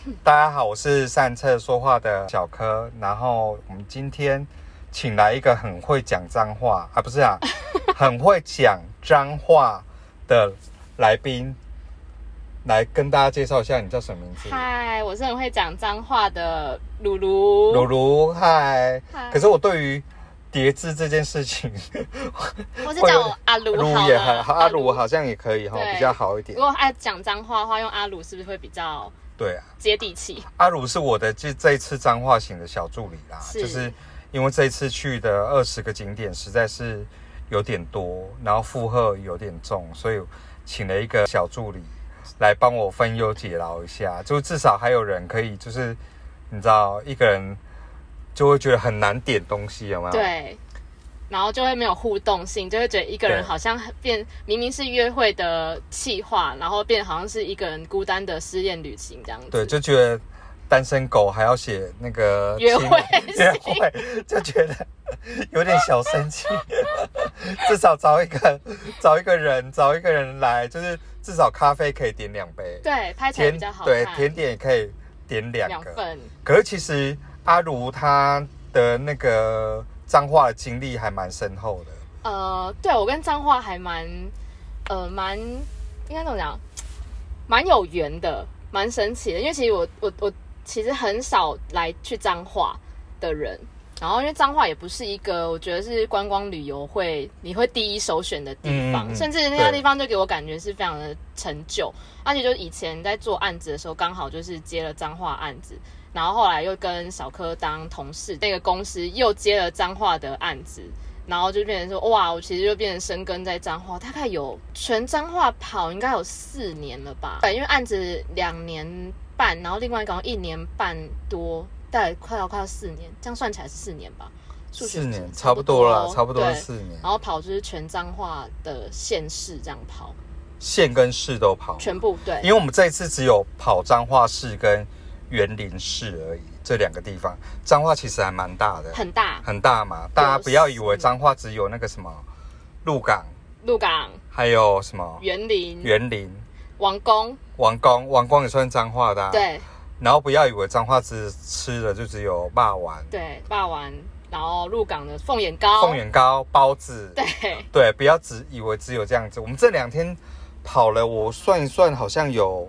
大家好，我是善策说话的小柯，然后我们今天请来一个很会讲脏话啊，不是啊，很会讲脏话的来宾，来跟大家介绍一下，你叫什么名字？ 嗨，我是很会讲脏话的鲁鲁。 鲁鲁，嗨。可是我对于叠字这件事情， 我是叫我阿鲁好了， 阿鲁好像也可以哈，比较好一点。 如果爱讲脏话的话，用阿鲁是不是会比较对啊接地气？ 阿鲁是我的这一次脏话型的小助理啦，就是因为这一次去的20个景点实在是有点多，然后负荷有点重，所以请了一个小助理来帮我分忧解劳一下，就至少还有人可以，就是你知道一个人就会觉得很难点东西，有没有？ 对，然后就会没有互动性，就会觉得一个人好像明明是约会的企划，然后变好像是一个人孤单的失恋旅行这样子。 对，就觉得单身狗还要写那个约会， 就觉得有点小生气。至少找一个人来，就是至少咖啡可以点2杯， 对，拍起来比较好看。 对，甜点也可以点2 份。 可是其实阿如他的那个彰化的经历还蛮深厚的。 对，我跟彰化还蛮应该怎么讲，蛮有缘的，蛮神奇的。因为其实我其实很少来去彰化的人，然后因为彰化也不是一个我觉得是观光旅游你会第一首选的地方，甚至那个地方就给我感觉是非常的陈旧，而且就以前在做案子的时候，刚好就是接了彰化案子。然后后来又跟小柯当同事，那个公司又接了彰化的案子，然后就变成说，哇，我其实就变成深耕在彰化，大概有全彰化跑应该有4年了吧？对，因为案子2年半，然后另外一个1年半多，大概快要4年，这样算起来是4年吧？4 年差不多了，差不多是4年。 然后跑就是全彰化的县市这样跑， 县跟市都跑， 全部对。 因为我们这一次只有跑彰化市跟园林市而已，这2个地方。彰化其实还蛮大的，很大嘛。大家不要以为彰化只有那个什么鹿港，还有什么园林、 王宫也算彰化的啊。 对。 然后不要以为彰化吃的就只有肉丸， 对，肉丸，然后鹿港的凤眼糕、 包子，对，不要只以为只有这样子。我们这2天跑了，我算一算，好像有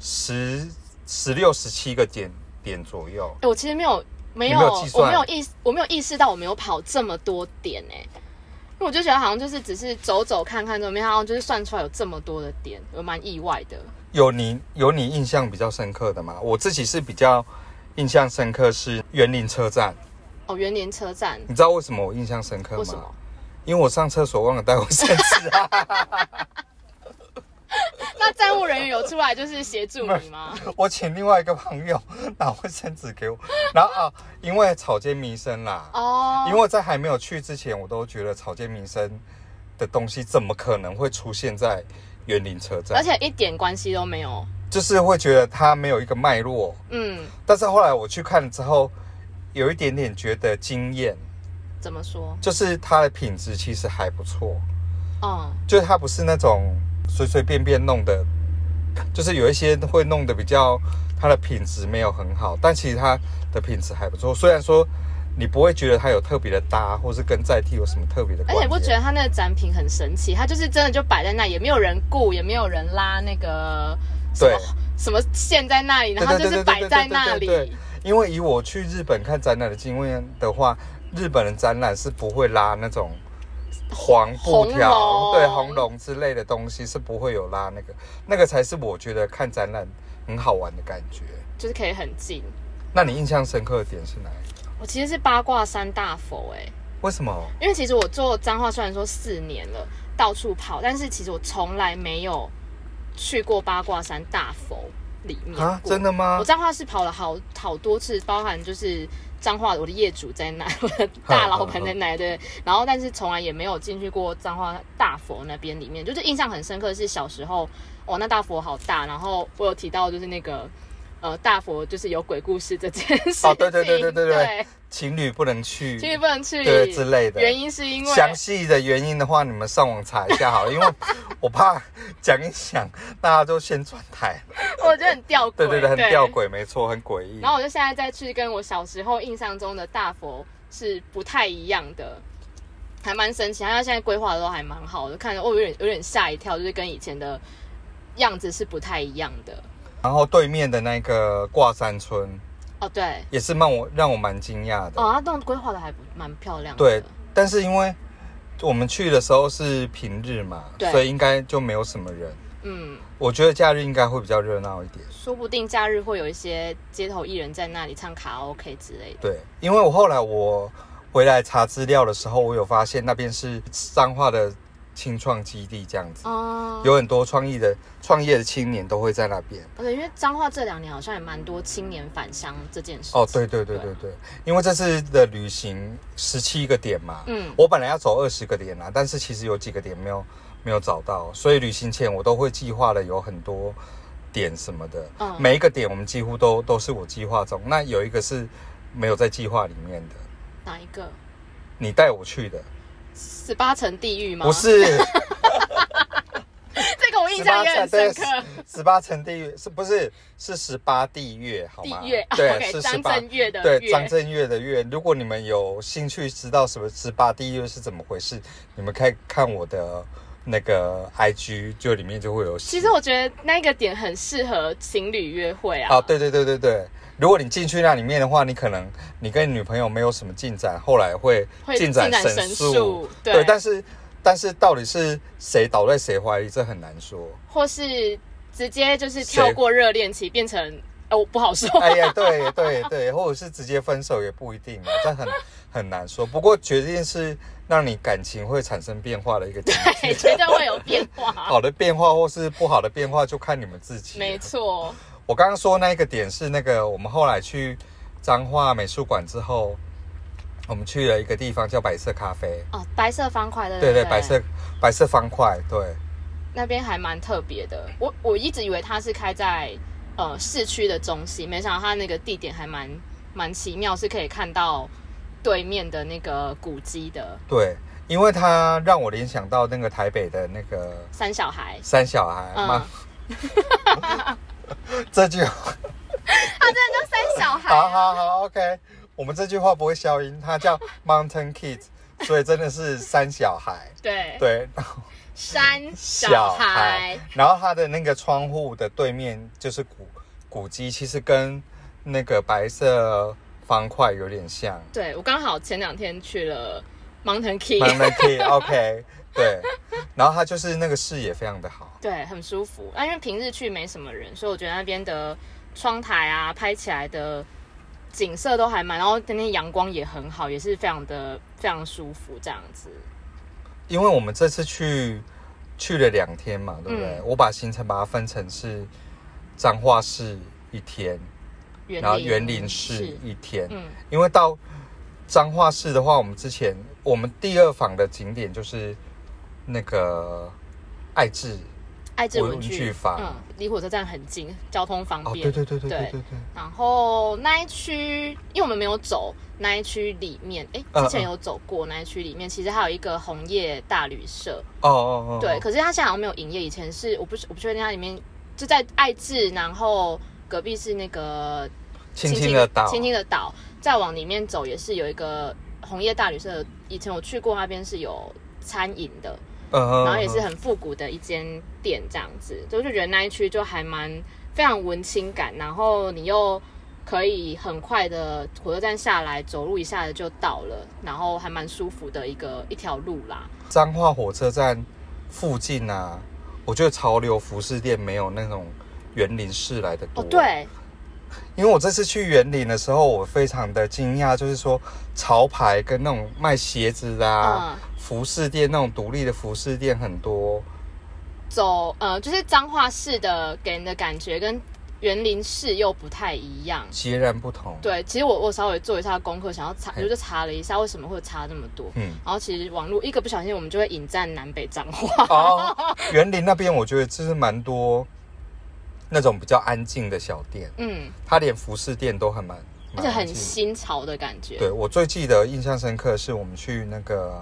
16、17个点左右。 我其实没有计算，我没有意识到我没有跑这么多点因为我就觉得好像就是只是走走看看，没想到就是算出来有这么多的点，我蛮意外的。有你印象比较深刻的吗？我自己是比较印象深刻是园林车站。 哦，园林车站， 你知道为什么我印象深刻吗？ 为什么？ 因为我上厕所忘了带卫生纸那站务人员有出来就是协助你吗？ 我请另外一个朋友拿卫生纸给我，然后因为草间弥生啦，因为在还没有去之前，我都觉得草间弥生的东西怎么可能会出现在园林车站， 而且一点关系都没有， 就是会觉得它没有一个脉络。但是后来我去看了之后，有一点点觉得惊艳。 怎么说？ 就是它的品质其实还不错。就是它不是那种随随便便弄的，就是有一些会弄得比较它的品质没有很好，但其实它的品质还不错。虽然说你不会觉得它有特别的搭，或是跟载体有什么特别的关系， 而且不觉得它那个展品很神奇，它就是真的就摆在那，也没有人顾，也没有人拉那个什么线在那里，然后就是摆在那里。 对，因为以我去日本看展览的经验的话，日本人展览是不会拉那种黄布条，对，红龙之类的东西是不会有拉那个才是我觉得看展览很好玩的感觉， 就是可以很近。 那你印象深刻的点是哪一个？ 我其实是八卦山大佛为什么？ 因为其实我做彰化虽然说4年了，到处跑，但是其实我从来没有去过八卦山大佛里面啊？ 真的吗？ 我彰化是跑了好多次，包含就是彰化我的业主在那，我的大老板在那，对。然后但是从来也没有进去过彰化大佛那边里面，就是印象很深刻的是小时候，那大佛好大，然后我有提到就是那个大佛就是有鬼故事这件事情。 哦，对，情侣不能去，对之类的。 原因是因为详细的原因的话，你们上网查一下好了，因为我怕讲一讲，大家都先转台。 我觉得很吊诡， 对，很吊诡，没错，很诡异。 然后我就现在再去跟我小时候印象中的大佛是不太一样的，还蛮神奇。他现在规划的都还蛮好的，看着有点吓一跳，就是跟以前的样子是不太一样的。 然后对面的那个挂山村， 哦，对， 也是让我蛮惊讶的。 哦，他都规划的还蛮漂亮的。 对，但是因为我们去的时候是平日嘛，所以应该就没有什么人。我觉得假日应该会比较热闹一点， 说不定假日会有一些街头艺人在那里唱卡拉 OK 之类的。 对，因为后来我回来查资料的时候，我有发现那边是彰化的青创基地这样子，有很多创业的青年都会在那边。 对，因为彰化这2年好像也蛮多青年返乡这件事情。 哦，对，因为这次的旅行17个点嘛，我本来要走20个点啦，但是其实有几个点没有找到，所以旅行前我都会计划了有很多点什么的，每一个点我们几乎都是我计划中，那有一个是没有在计划里面的。 哪一个？ 你带我去的 18层地狱吗？ 不是。 这个我印象也很深刻。 18层地狱是18地狱好吗？ 地狱对， okay, 是张震岳的对，张震岳的岳。如果你们有兴趣知道什么18地狱是怎么回事，你们可以看我的那个 IG， 就里面就会有。 其实我觉得那个点很适合情侣约会啊。 对。如果你进去那里面的话，你可能你跟你女朋友没有什么进展，后来会进展神速。对，但是到底是谁倒在谁怀里，这很难说。或是直接就是跳过热恋期，变成我不好说。 哎呀，对，或者是直接分手也不一定，这很难说。不过决定是让你感情会产生变化的一个境界， 对，绝对会有变化。 好的变化或是不好的变化，就看你们自己。 没错。 我刚刚说那个点是那个我们后来去彰化美术馆之后，我们去了一个地方叫白色咖啡。哦， 白色方块的。 对，白色方块，对。 那边还蛮特别的，我一直以为它是开在市区的中心，没想到它那个地点还蛮奇妙，是可以看到对面的那个古迹的。 对，因为它让我联想到那个台北的那个三小孩， 这句话， 他真的叫三小孩。 好 ，OK， 我们这句话不会消音，它叫 Mountain Kids， 所以真的是三小孩。对， 三小孩。 然后它的那个窗户的对面就是古迹，其实跟那个白色方块有点像。 对，我刚好前2天去了 Mountain Key OK， 对，然后它就是那个视野非常的好， 对，很舒服。因为平日去没什么人，所以我觉得那边的窗台啊，拍起来的景色都还蛮，然后那天阳光也很好，也是非常舒服这样子。 因为我们这次去了2天嘛，对不对？我把行程把它分成是彰化市1天，然后园林市1天。因为到彰化市的话，我们第2访的景点就是那个爱智文具坊， 离火车站很近，交通方便。 对。 然后那一区，因为我们没有走那一区里面，之前有走过那一区里面，其实还有一个红叶大旅社。对，可是它现在好像没有营业。以前是我不确定它里面就在爱智，然后隔壁是那个青青的岛，再往里面走也是有一个红叶大旅社。以前我去过那边是有餐饮的。然后也是很复古的一间店这样子，就觉得那一区就还非常文青感，然后你又可以很快的火车站下来，走路一下子就到了，然后还蛮舒服的一条路啦。 彰化火车站附近啊，我觉得潮流服饰店没有那种园林市来的多。 对， 因为我这次去园林的时候，我非常的惊讶，就是说潮牌跟那种卖鞋子啊。服饰店那种独立的服饰店很多， 就是彰化市的给人的感觉跟园林市又不太一样， 截然不同。 对，其实我稍微做一下功课，想要就查了一下为什么会差那么多。然后其实网络一个不小心，我们就会引战南北彰化。 园林那边我觉得就是蛮多那种比较安静的小店，它连服饰店都很而且很新潮的感觉。 对，我最记得印象深刻的是我们去那个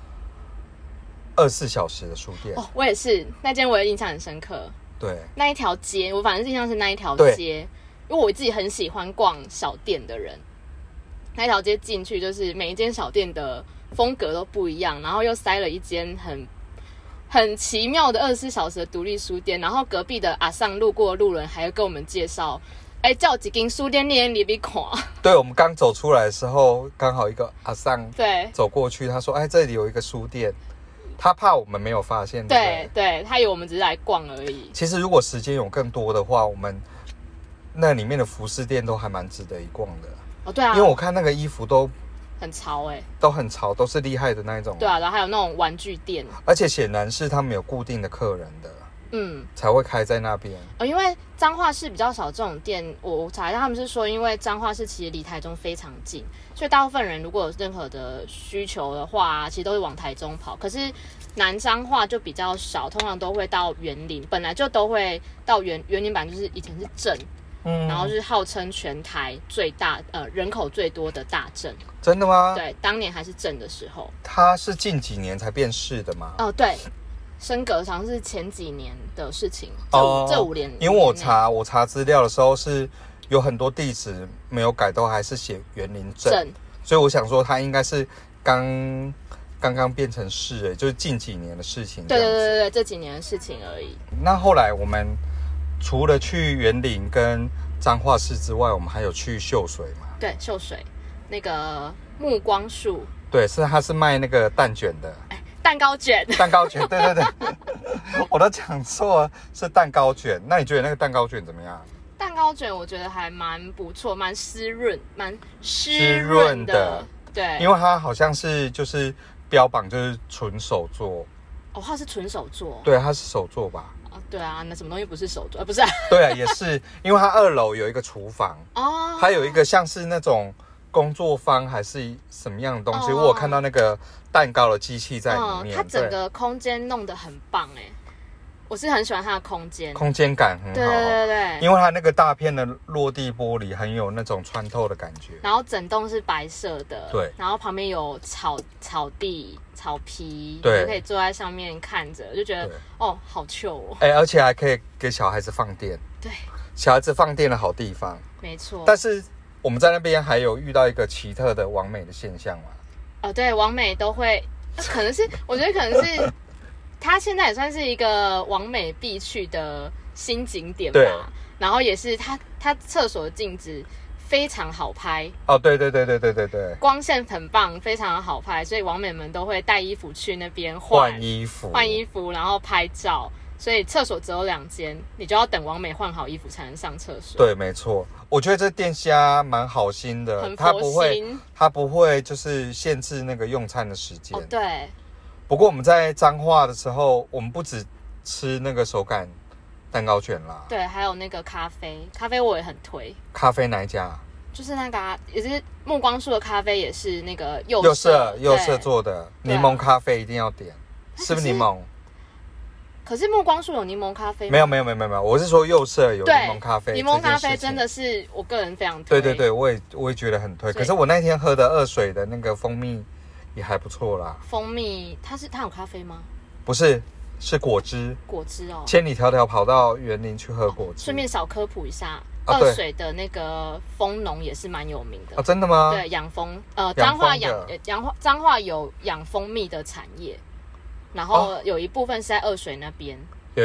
24小时的书店。 我也是，那间我也印象很深刻。 对， 那一条街，我反正印象是那一条街，因为我自己很喜欢逛小店的人。那一条街进去，就是每一间小店的风格都不一样，然后又塞了一间很奇妙的24小时的独立书店，然后隔壁的阿桑路过的路人还会跟我们介绍，叫几间书店你里边看。 对，我们刚走出来的时候，刚好一个阿桑走过去，他说：“这里有一个书店。”他怕我们没有发现， 对，他以为我们只是来逛而已。 其实如果时间有更多的话，我们那里面的服饰店都还蛮值得一逛的。 对啊， 因为我看那个衣服都很潮都很潮，都是厉害的那一种。 对啊，然后还有那种玩具店， 而且显然是他们有固定的客人的，才会开在那边。 因为彰化市比较少这种店，我查一下，他们是说，因为彰化市其实离台中非常近，所以大部分人如果有任何的需求的话，其实都会往台中跑。可是南彰化就比较少，通常都会到员林，本来就都会到员林版，就是以前是镇。然后是号称全台最大人口最多的大镇。 真的吗？ 对，当年还是镇的时候。 它是近几年才变市的吗？ 对，升格好像是前几年的事情。这5年。 因为我查资料的时候是有很多地址没有改，都还是写员林镇，所以我想说它应该是刚刚变成市，就是近几年的事情。 对，这几年的事情而已。 那后来我们除了去员林跟彰化市之外，我们还有去秀水嘛？ 对，秀水那个目光树， 对，它是卖那个蛋卷的， 蛋糕卷， 对，我都讲错了，是蛋糕卷。那你觉得那个蛋糕卷怎么样？ 蛋糕卷我觉得还蛮不错，蛮湿润的，对， 因为它好像是就是标榜就是纯手做。 它是纯手做， 对，它是手做吧？ 对啊，那什么东西不是手做？不是对啊，也是，因为它2楼有一个厨房它有一个像是那种工作坊还是什么样的东西，我有看到那个蛋糕的机器在里面。 它整个空间弄得很棒我是很喜欢它的空间感很好。对，因为它那个大片的落地玻璃很有那种穿透的感觉， 然后整栋是白色的， 对， 然后旁边有草地、草皮， 对， 就可以坐在上面看着，就觉得好 chill 而且还可以给小孩子放电， 对， 小孩子放电的好地方， 没错。 但是我们在那边还有遇到一个奇特的网美的现象嘛？ 对，网美都会，可能是我觉得可能是。它现在也算是一个网美必去的新景点吧，然后也是它厕所的镜子非常好拍对， 光线很棒，非常好拍，所以网美们都会带衣服去那边换衣服，然后拍照。所以厕所只有2间，你就要等网美换好衣服才能上厕所。 对，没错，我觉得这店家蛮好心的， 很佛心， 他不会就是限制那个用餐的时间。 对。 不过我们在彰化的时候，我们不只吃那个手擀蛋糕卷啦， 对，还有那个咖啡我也很推。 咖啡哪一家？ 就是那个也是目光树的咖啡，也是那个柚色做的柠檬咖啡一定要点，是不是柠檬？ 可是目光树有柠檬咖啡吗？ 没有，我是说柚色有柠檬咖啡。 柠檬咖啡真的是我个人非常推。 对，我也觉得很推。可是我那天喝的2水的那个蜂蜜也还不错啦。 蜂蜜它有咖啡吗？ 不是，是果汁。 果汁千里迢迢跑到员林去喝果汁。 顺便小科普一下，2水的那个蜂农也是蛮有名的。 真的吗？ 对，养蜂，彰化有养蜂蜜的产业。然后有一部分是在2水那边，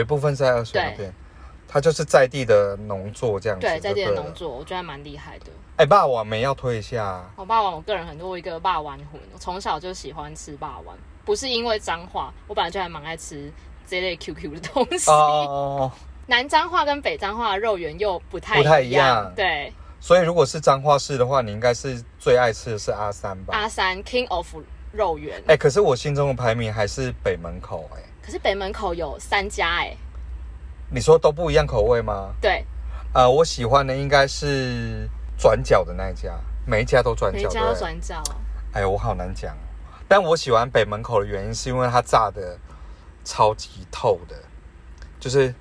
它就是在地的农作这样子。 对，在地的农作，我觉得还蛮厉害的。 霸王梅要推一下。 霸王，我个人很多一个霸王魂，我从小就喜欢吃霸王，不是因为彰化，我本来就还蛮爱吃这类 QQ 的东西。南彰化跟北彰化的肉圆又不太一样，对。 所以如果是彰化市的话，你应该是最爱吃的是阿三吧？ 阿三 King of肉圆。 可是我心中的排名还是北门口可是北门口有3家你说都不一样口味吗？ 对。 我喜欢的应该是转角的那一家，每一家都转角。 每一家都转角。 我好难讲。但我喜欢北门口的原因是因为它炸的超级透的，就是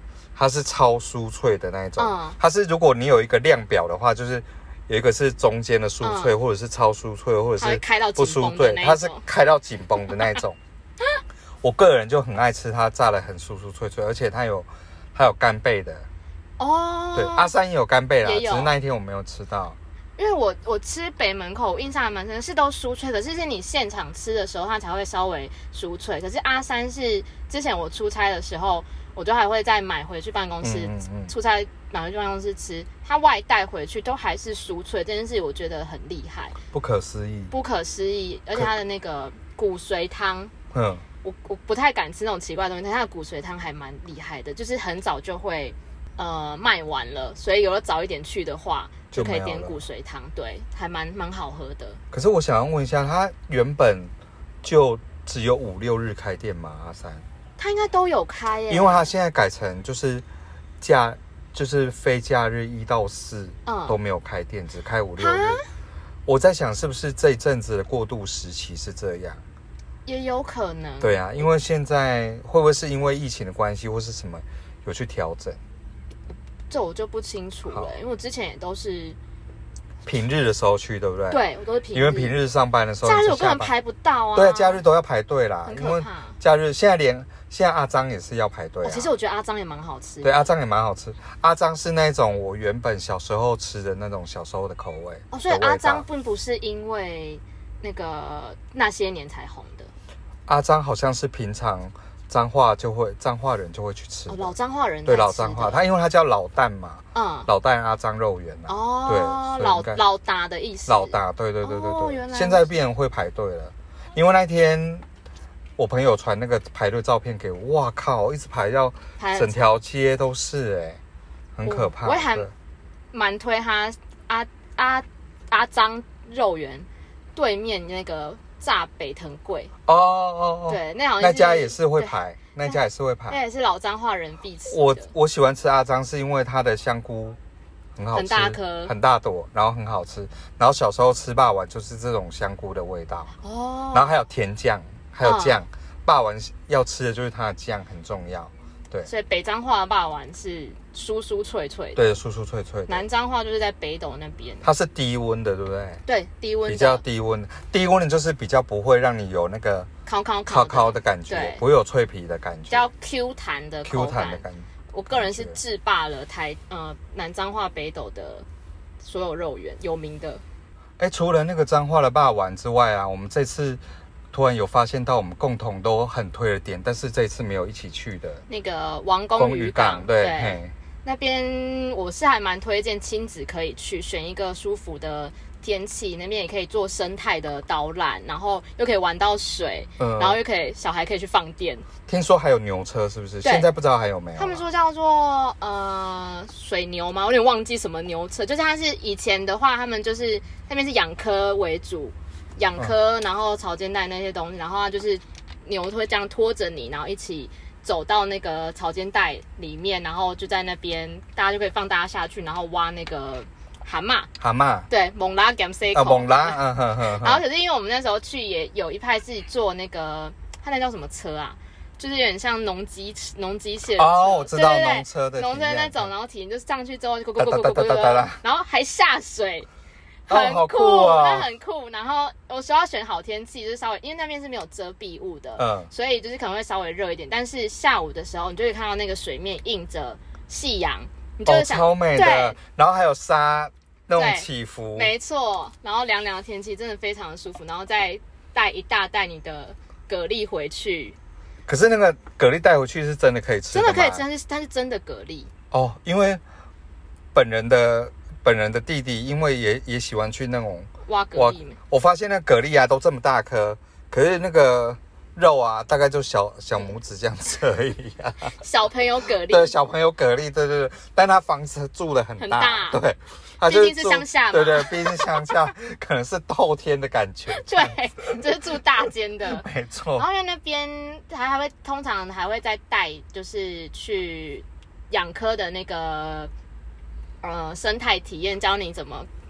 它是超酥脆的那一种。它是如果你有一个量表的话，就是有一个是中间的酥脆，或者是超酥脆，或者是不酥脆，它是开到紧绷的那一种。我个人就很爱吃它炸的很酥酥脆脆，而且它有干贝的。哦，对，阿三也有干贝啦，只是那一天我没有吃到。 因为我吃北门口，我印象还蛮深，是都酥脆，可是你现场吃的时候，它才会稍微酥脆。可是阿三是之前我出差的时候，我就还会再买回去办公室，出差买回去办公室吃，它外带回去都还是酥脆，这件事我觉得很厉害， 不可思议。 而且它的那个骨髓汤，我不太敢吃那种奇怪的东西，但它的骨髓汤还蛮厉害的，就是很早就会卖完了，所以有了早一点去的话。就可以点骨髓汤，对，还蛮好喝的。 可是我想要问一下，它原本就只有5、6日开店吗？阿三， 它应该都有开耶， 因为它现在改成就是非假日1到4都没有开店，只开5、6日。我在想是不是这一阵子的过渡时期是这样？ 也有可能。 对啊，因为现在会不会是因为疫情的关系，或是什么有去调整？ 这我就不清楚了，因为我之前也都是平日的时候去，对不对？ 对，我都是平日， 因为平日上班的时候， 假日我根本排不到啊。 对，假日都要排队啦， 很可怕。因为假日现在阿张也是要排队。 其实我觉得阿张也蛮好吃。 对，阿张也蛮好吃。阿张是那种我原本小时候吃的那种小时候的口味。 所以阿张并不是因为那些年才红的。 阿张好像是平常。彰化人就会去吃， 老彰化人对老彰化，因为它叫老蛋嘛，老蛋阿张肉圆对， 老大的意思， 老大，对，现在变人会排队了，因为那天我朋友传那个排队照片给我，哇靠，一直排到整条街都是很可怕。 我也还蛮推他阿张肉圆对面那个。炸北藤贵对， 那家也是会排，那也是老彰化人必吃的。我喜欢吃阿张，是因为它的香菇很好吃， 很大颗， 很大朵，然后很好吃。然后小时候吃霸王就是这种香菇的味道然后还有甜酱，还有酱。霸王要吃的就是它的酱很重要。对， 所以北彰化的霸王是酥酥脆脆的， 对，酥酥脆脆的。 南彰化就是在北斗那边， 它是低温的，对不对？ 对，低温的， 比较低温的就是比较不会让你有那个烤的感觉，不会有脆皮的感觉， 比较 Q 弹的口感的感觉。 我个人是制霸了南彰化北斗的所有肉圆，有名的。 除了那个彰化的霸王之外啊，我们这次突然有发现到我们共同都很推的点，但是这一次没有一起去的那个王公渔港， 对， 那边我是还蛮推荐亲子可以去，选一个舒服的天气，那边也可以做生态的导览，然后又可以玩到水，然后又可以小孩可以去放电。 听说还有牛车，是不是？现在不知道还有没有。 他们说叫做水牛吗？我有点忘记什么牛车，就是它是以前的话，他们就是那边是养科为主。养科，然后草间带那些东西，然后它就是牛会这样拖着你，然后一起走到那个草间带里面，然后就在那边，大家就可以放大家下去，然后挖那个蛤蟆，对，猛拉 gam c 猛拉， 然后可是因为我们那时候去也有一派是坐那个，它那叫什么车啊？就是有点像农机械的车我知道农车的农车那种，然后体验就上去之后就然后还下水。很酷，那很酷。然后我说要选好天气，就是稍微因为那边是没有遮蔽物的，所以就是可能会稍微热一点。但是下午的时候，你就会看到那个水面映着夕阳，你就会想超美的。对，然后还有沙那种起伏， 没错。然后凉凉的天气真的非常的舒服，然后再带一大袋你的蛤蜊回去。 可是那个蛤蜊带回去是真的可以吃的吗？ 真的可以吃，但是真的蛤蜊因为本人的弟弟，因为也喜欢去那种挖蛤蜊， 我发现那蛤蜊啊都这么大颗，可是那个肉啊大概就小拇指这样子而已啊。 小朋友蛤蜊， 对，小朋友蛤蜊，对，但他房子住的很大，对， 毕竟是乡下嘛， 对，毕竟是乡下，可能是透天的感觉， 对，就是住大间的， 没错。 然后因为那边通常还会再带，就是去养科的那个生态体验，教你怎么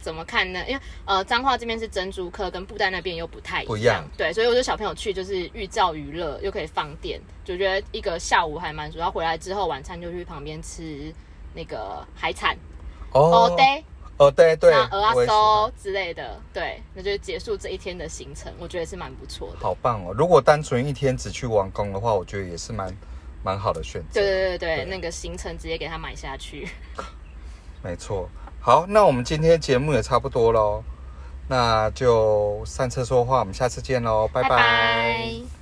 怎么看呢？因为彰化这边是珍珠客，跟布袋那边又不太不一样。 对，所以我觉得小朋友去就是寓教于乐，又可以放电，就觉得一个下午还蛮主要。回来之后晚餐就去旁边吃那个海产哦对， 鹅啊酥之类的，对，那就结束这一天的行程，我觉得是蛮不错的。 好棒哦！如果单纯一天只去王宫的话，我觉得也是蛮好的选择。 对，那个行程直接给他买下去。 没错。好，那我们今天节目也差不多咯，那就上车说话，我们下次见咯，拜拜。